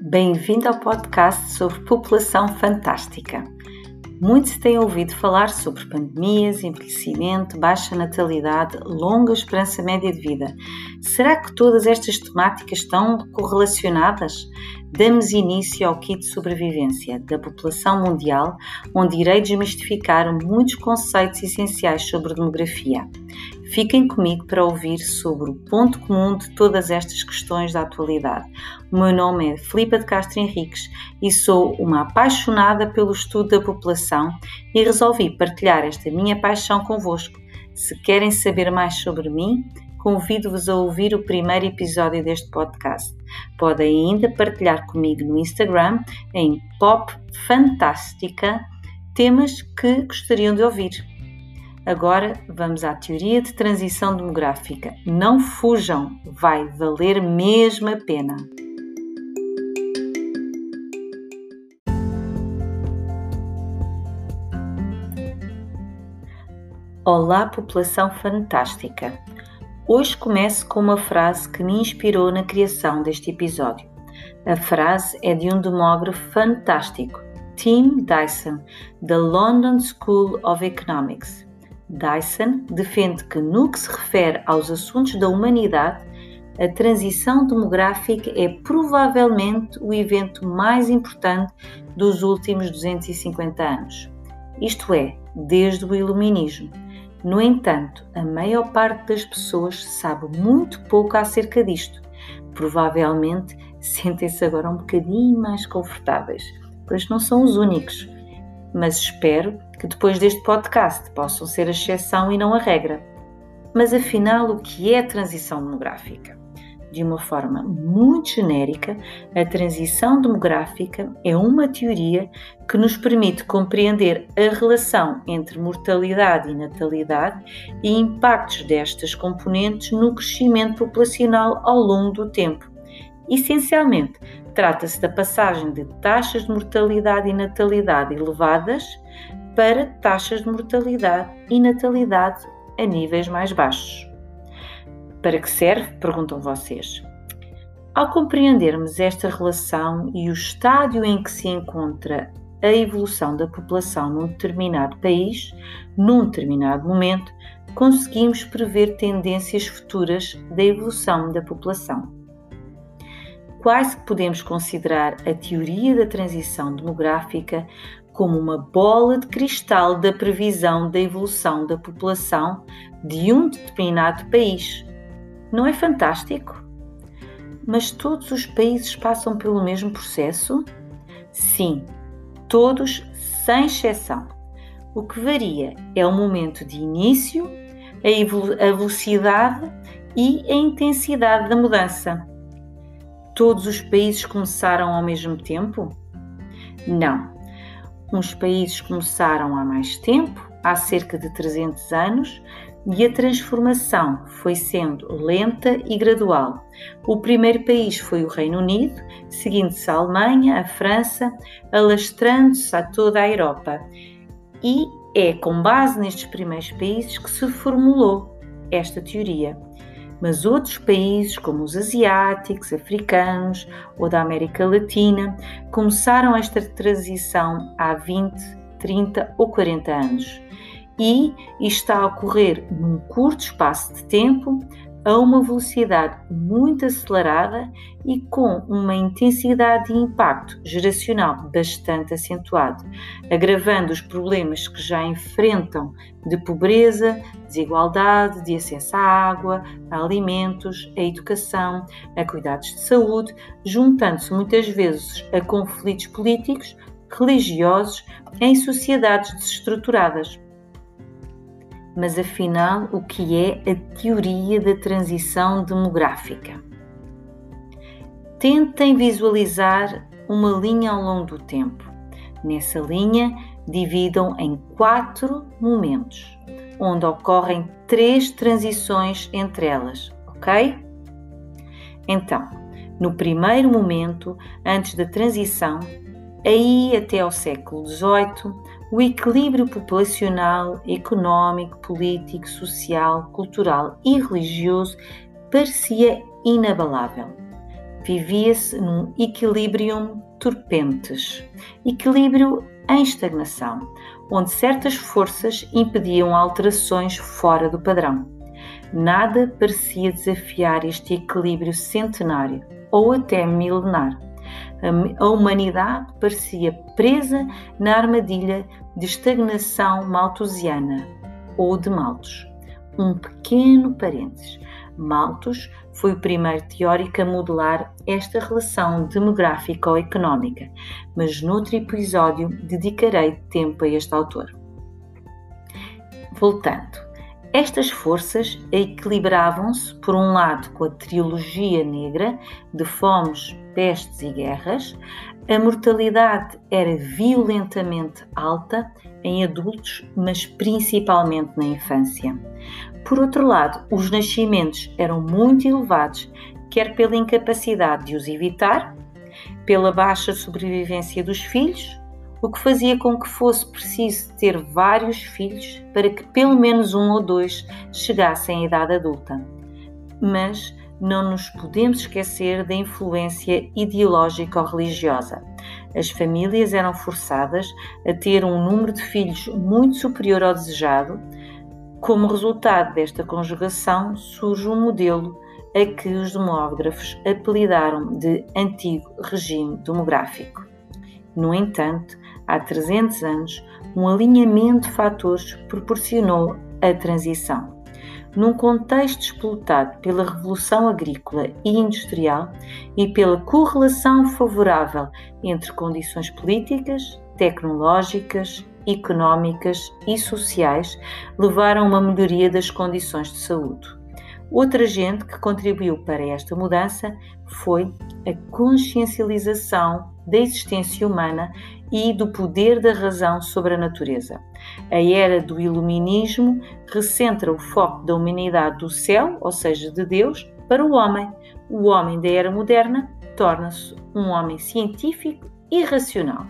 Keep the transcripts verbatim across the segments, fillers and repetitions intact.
Bem-vindo ao podcast sobre população fantástica. Muito se tem ouvido falar sobre pandemias, envelhecimento, baixa natalidade, longa esperança média de vida. Será que todas estas temáticas estão correlacionadas? Damos início ao kit de sobrevivência da população mundial, onde irei desmistificar muitos conceitos essenciais sobre demografia. Fiquem comigo para ouvir sobre o ponto comum de todas estas questões da atualidade. O meu nome é Filipa de Castro Henriques e sou uma apaixonada pelo estudo da população e resolvi partilhar esta minha paixão convosco. Se querem saber mais sobre mim, convido-vos a ouvir o primeiro episódio deste podcast. Podem ainda partilhar comigo no Instagram, em Pop Fantástica, temas que gostariam de ouvir. Agora vamos à teoria de transição demográfica. Não fujam, vai valer mesmo a pena. Olá, população fantástica! Hoje começo com uma frase que me inspirou na criação deste episódio. A frase é de um demógrafo fantástico, Tim Dyson, da London School of Economics. Dyson defende que, no que se refere aos assuntos da humanidade, a transição demográfica é provavelmente o evento mais importante dos últimos duzentos e cinquenta anos. Isto é, desde o Iluminismo. No entanto, a maior parte das pessoas sabe muito pouco acerca disto. Provavelmente sentem-se agora um bocadinho mais confortáveis, pois não são os únicos. Mas espero que depois deste podcast possam ser a exceção e não a regra. Mas afinal, o que é a transição demográfica? De uma forma muito genérica, a transição demográfica é uma teoria que nos permite compreender a relação entre mortalidade e natalidade e impactos destas componentes no crescimento populacional ao longo do tempo. Essencialmente, trata-se da passagem de taxas de mortalidade e natalidade elevadas para taxas de mortalidade e natalidade a níveis mais baixos. Para que serve? Perguntam vocês. Ao compreendermos esta relação e o estádio em que se encontra a evolução da população num determinado país, num determinado momento, conseguimos prever tendências futuras da evolução da população. Quase que podemos considerar a teoria da transição demográfica como uma bola de cristal da previsão da evolução da população de um determinado país. Não é fantástico? Mas todos os países passam pelo mesmo processo? Sim, todos sem exceção. O que varia é o momento de início, a, evolu- a velocidade e a intensidade da mudança. Todos os países começaram ao mesmo tempo? Não. Uns países começaram há mais tempo, há cerca de trezentos anos, e a transformação foi sendo lenta e gradual. O primeiro país foi o Reino Unido, seguindo-se a Alemanha, a França, alastrando-se a toda a Europa. E é com base nestes primeiros países que se formulou esta teoria. Mas outros países, como os asiáticos, africanos ou da América Latina, começaram esta transição há vinte, trinta ou quarenta anos. E está a ocorrer num curto espaço de tempo, a uma velocidade muito acelerada e com uma intensidade de impacto geracional bastante acentuado, agravando os problemas que já enfrentam de pobreza, desigualdade, de acesso à água, a alimentos, a educação, a cuidados de saúde, juntando-se muitas vezes a conflitos políticos, religiosos, em sociedades desestruturadas. Mas afinal, o que é a teoria da transição demográfica? Tentem visualizar uma linha ao longo do tempo. Nessa linha, dividam em quatro momentos, onde ocorrem três transições entre elas, ok? Então, no primeiro momento, antes da transição, aí até ao século dezoito, o equilíbrio populacional, económico, político, social, cultural e religioso parecia inabalável. Vivia-se num equilibrium turpentis, equilíbrio em estagnação, onde certas forças impediam alterações fora do padrão. Nada parecia desafiar este equilíbrio centenário ou até milenar. A humanidade parecia presa na armadilha de estagnação malthusiana ou de Malthus. Um pequeno parênteses. Malthus foi o primeiro teórico a modelar esta relação demográfico-económica, mas noutro episódio dedicarei tempo a este autor. Voltando, estas forças equilibravam-se, por um lado, com a trilogia negra de fomes, pestes e guerras. A mortalidade era violentamente alta em adultos, mas principalmente na infância. Por outro lado, os nascimentos eram muito elevados, quer pela incapacidade de os evitar, pela baixa sobrevivência dos filhos, o que fazia com que fosse preciso ter vários filhos para que pelo menos um ou dois chegassem à idade adulta. Mas não nos podemos esquecer da influência ideológica ou religiosa. As famílias eram forçadas a ter um número de filhos muito superior ao desejado. Como resultado desta conjugação, surge um modelo a que os demógrafos apelidaram de Antigo Regime Demográfico. No entanto, há trezentos anos, um alinhamento de fatores proporcionou a transição. Num contexto explotado pela Revolução Agrícola e Industrial e pela correlação favorável entre condições políticas, tecnológicas, económicas e sociais, levaram a uma melhoria das condições de saúde. Outra agente que contribuiu para esta mudança foi a consciencialização da existência humana e do poder da razão sobre a natureza. A era do iluminismo recentra o foco da humanidade do céu, ou seja, de Deus, para o homem. O homem da era moderna torna-se um homem científico e racional.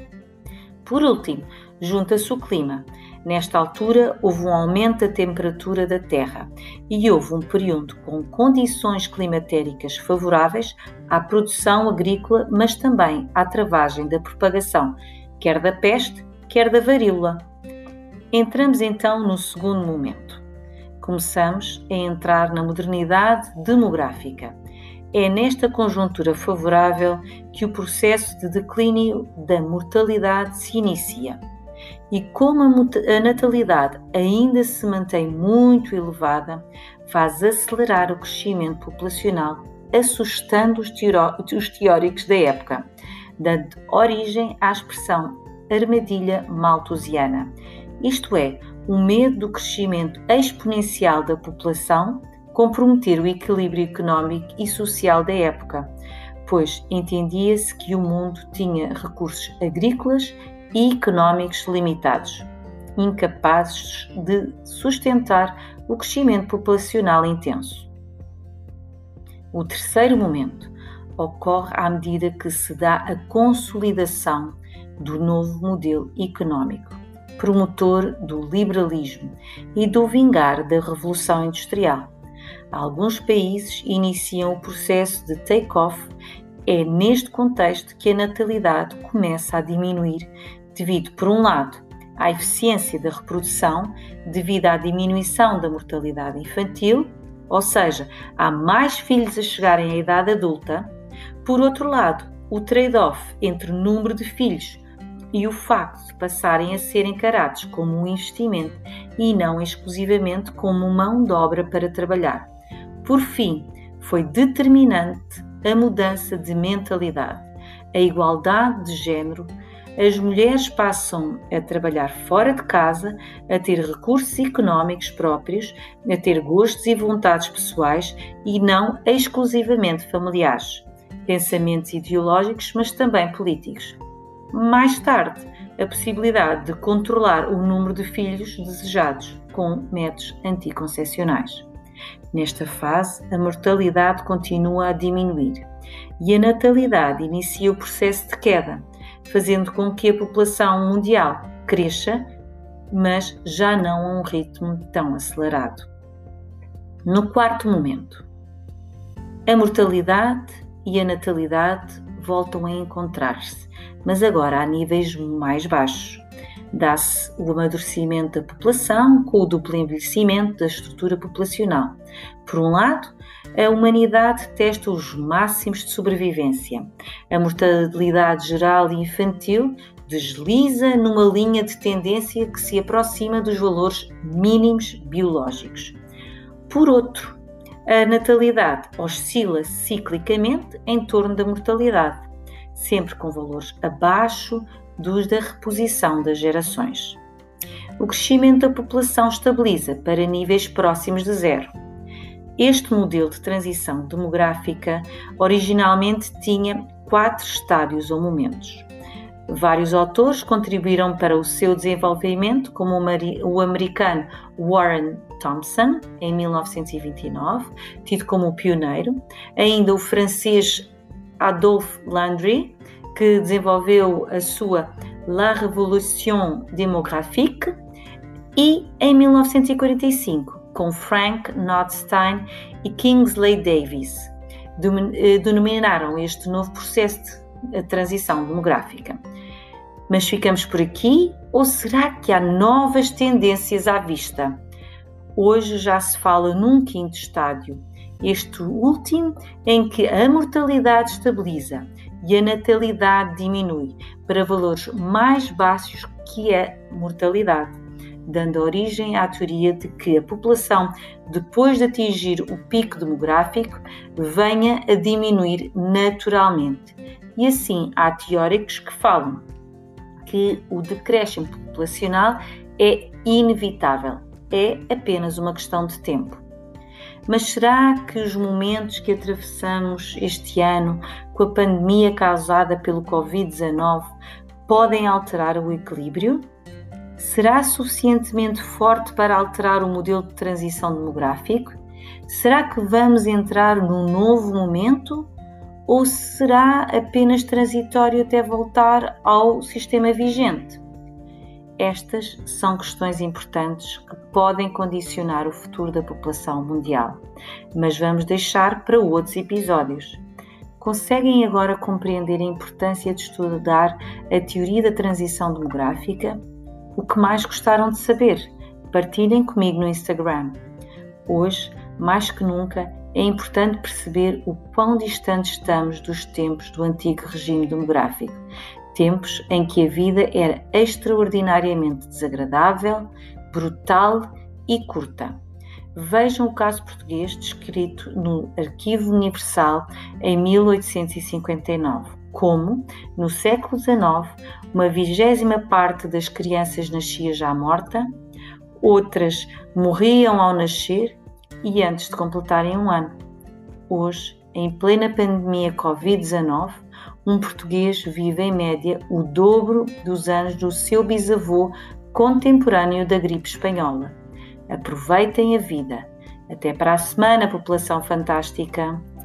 Por último, junta-se o clima. Nesta altura, houve um aumento da temperatura da Terra e houve um período com condições climatéricas favoráveis à produção agrícola, mas também à travagem da propagação, quer da peste, quer da varíola. Entramos então no segundo momento. Começamos a entrar na modernidade demográfica. É nesta conjuntura favorável que o processo de declínio da mortalidade se inicia. E como a natalidade ainda se mantém muito elevada, faz acelerar o crescimento populacional, assustando os, os teóricos da época, dando origem à expressão armadilha malthusiana, isto é, o medo do crescimento exponencial da população comprometer o equilíbrio económico e social da época, pois entendia-se que o mundo tinha recursos agrícolas e económicos limitados, incapazes de sustentar o crescimento populacional intenso. O terceiro momento ocorre à medida que se dá a consolidação do novo modelo económico, promotor do liberalismo e do vingar da Revolução Industrial. Alguns países iniciam o processo de take-off. É neste contexto que a natalidade começa a diminuir devido, por um lado, à eficiência da reprodução, devido à diminuição da mortalidade infantil, ou seja, há mais filhos a chegarem à idade adulta. Por outro lado, o trade-off entre o número de filhos e o facto de passarem a ser encarados como um investimento e não exclusivamente como mão de obra para trabalhar. Por fim, foi determinante a mudança de mentalidade, a igualdade de género. As mulheres passam a trabalhar fora de casa, a ter recursos económicos próprios, a ter gostos e vontades pessoais e não exclusivamente familiares, pensamentos ideológicos, mas também políticos. Mais tarde, a possibilidade de controlar o número de filhos desejados com métodos anticoncepcionais. Nesta fase, a mortalidade continua a diminuir e a natalidade inicia o processo de queda, fazendo com que a população mundial cresça, mas já não a um ritmo tão acelerado. No quarto momento, a mortalidade e a natalidade voltam a encontrar-se, mas agora a níveis mais baixos. Dá-se o amadurecimento da população com o duplo envelhecimento da estrutura populacional. Por um lado, a humanidade testa os máximos de sobrevivência. A mortalidade geral e infantil desliza numa linha de tendência que se aproxima dos valores mínimos biológicos. Por outro, a natalidade oscila ciclicamente em torno da mortalidade, sempre com valores abaixo dos da reposição das gerações. O crescimento da população estabiliza para níveis próximos de zero. Este modelo de transição demográfica originalmente tinha quatro estádios ou momentos. Vários autores contribuíram para o seu desenvolvimento, como o americano Warren Thompson, em mil novecentos e vinte e nove, tido como o pioneiro, ainda o francês Adolphe Landry, que desenvolveu a sua La Révolution démographique, e em mil novecentos e quarenta e cinco, com Frank Nordstein e Kingsley Davis, denominaram este novo processo de transição demográfica. Mas ficamos por aqui ou será que há novas tendências à vista? Hoje já se fala num quinto estádio, este último em que a mortalidade estabiliza e a natalidade diminui para valores mais baixos que a mortalidade, dando origem à teoria de que a população, depois de atingir o pico demográfico, venha a diminuir naturalmente. E assim há teóricos que falam que o decréscimo populacional é inevitável, é apenas uma questão de tempo. Mas será que os momentos que atravessamos este ano com a pandemia causada pelo covid dezanove podem alterar o equilíbrio? Será suficientemente forte para alterar o modelo de transição demográfico? Será que vamos entrar num novo momento? Ou será apenas transitório até voltar ao sistema vigente? Estas são questões importantes que podem condicionar o futuro da população mundial, mas vamos deixar para outros episódios. Conseguem agora compreender a importância de estudar a teoria da transição demográfica? O que mais gostaram de saber? Partilhem comigo no Instagram. Hoje, mais que nunca, é importante perceber o quão distante estamos dos tempos do antigo regime demográfico. Tempos em que a vida era extraordinariamente desagradável, brutal e curta. Vejam o caso português descrito no Arquivo Universal em mil oitocentos e cinquenta e nove, como, no século dezanove, uma vigésima parte das crianças nascia já morta, outras morriam ao nascer e antes de completarem um ano. Hoje, em plena pandemia covid dezanove, um português vive em média o dobro dos anos do seu bisavô contemporâneo da gripe espanhola. Aproveitem a vida. Até para a semana, população fantástica!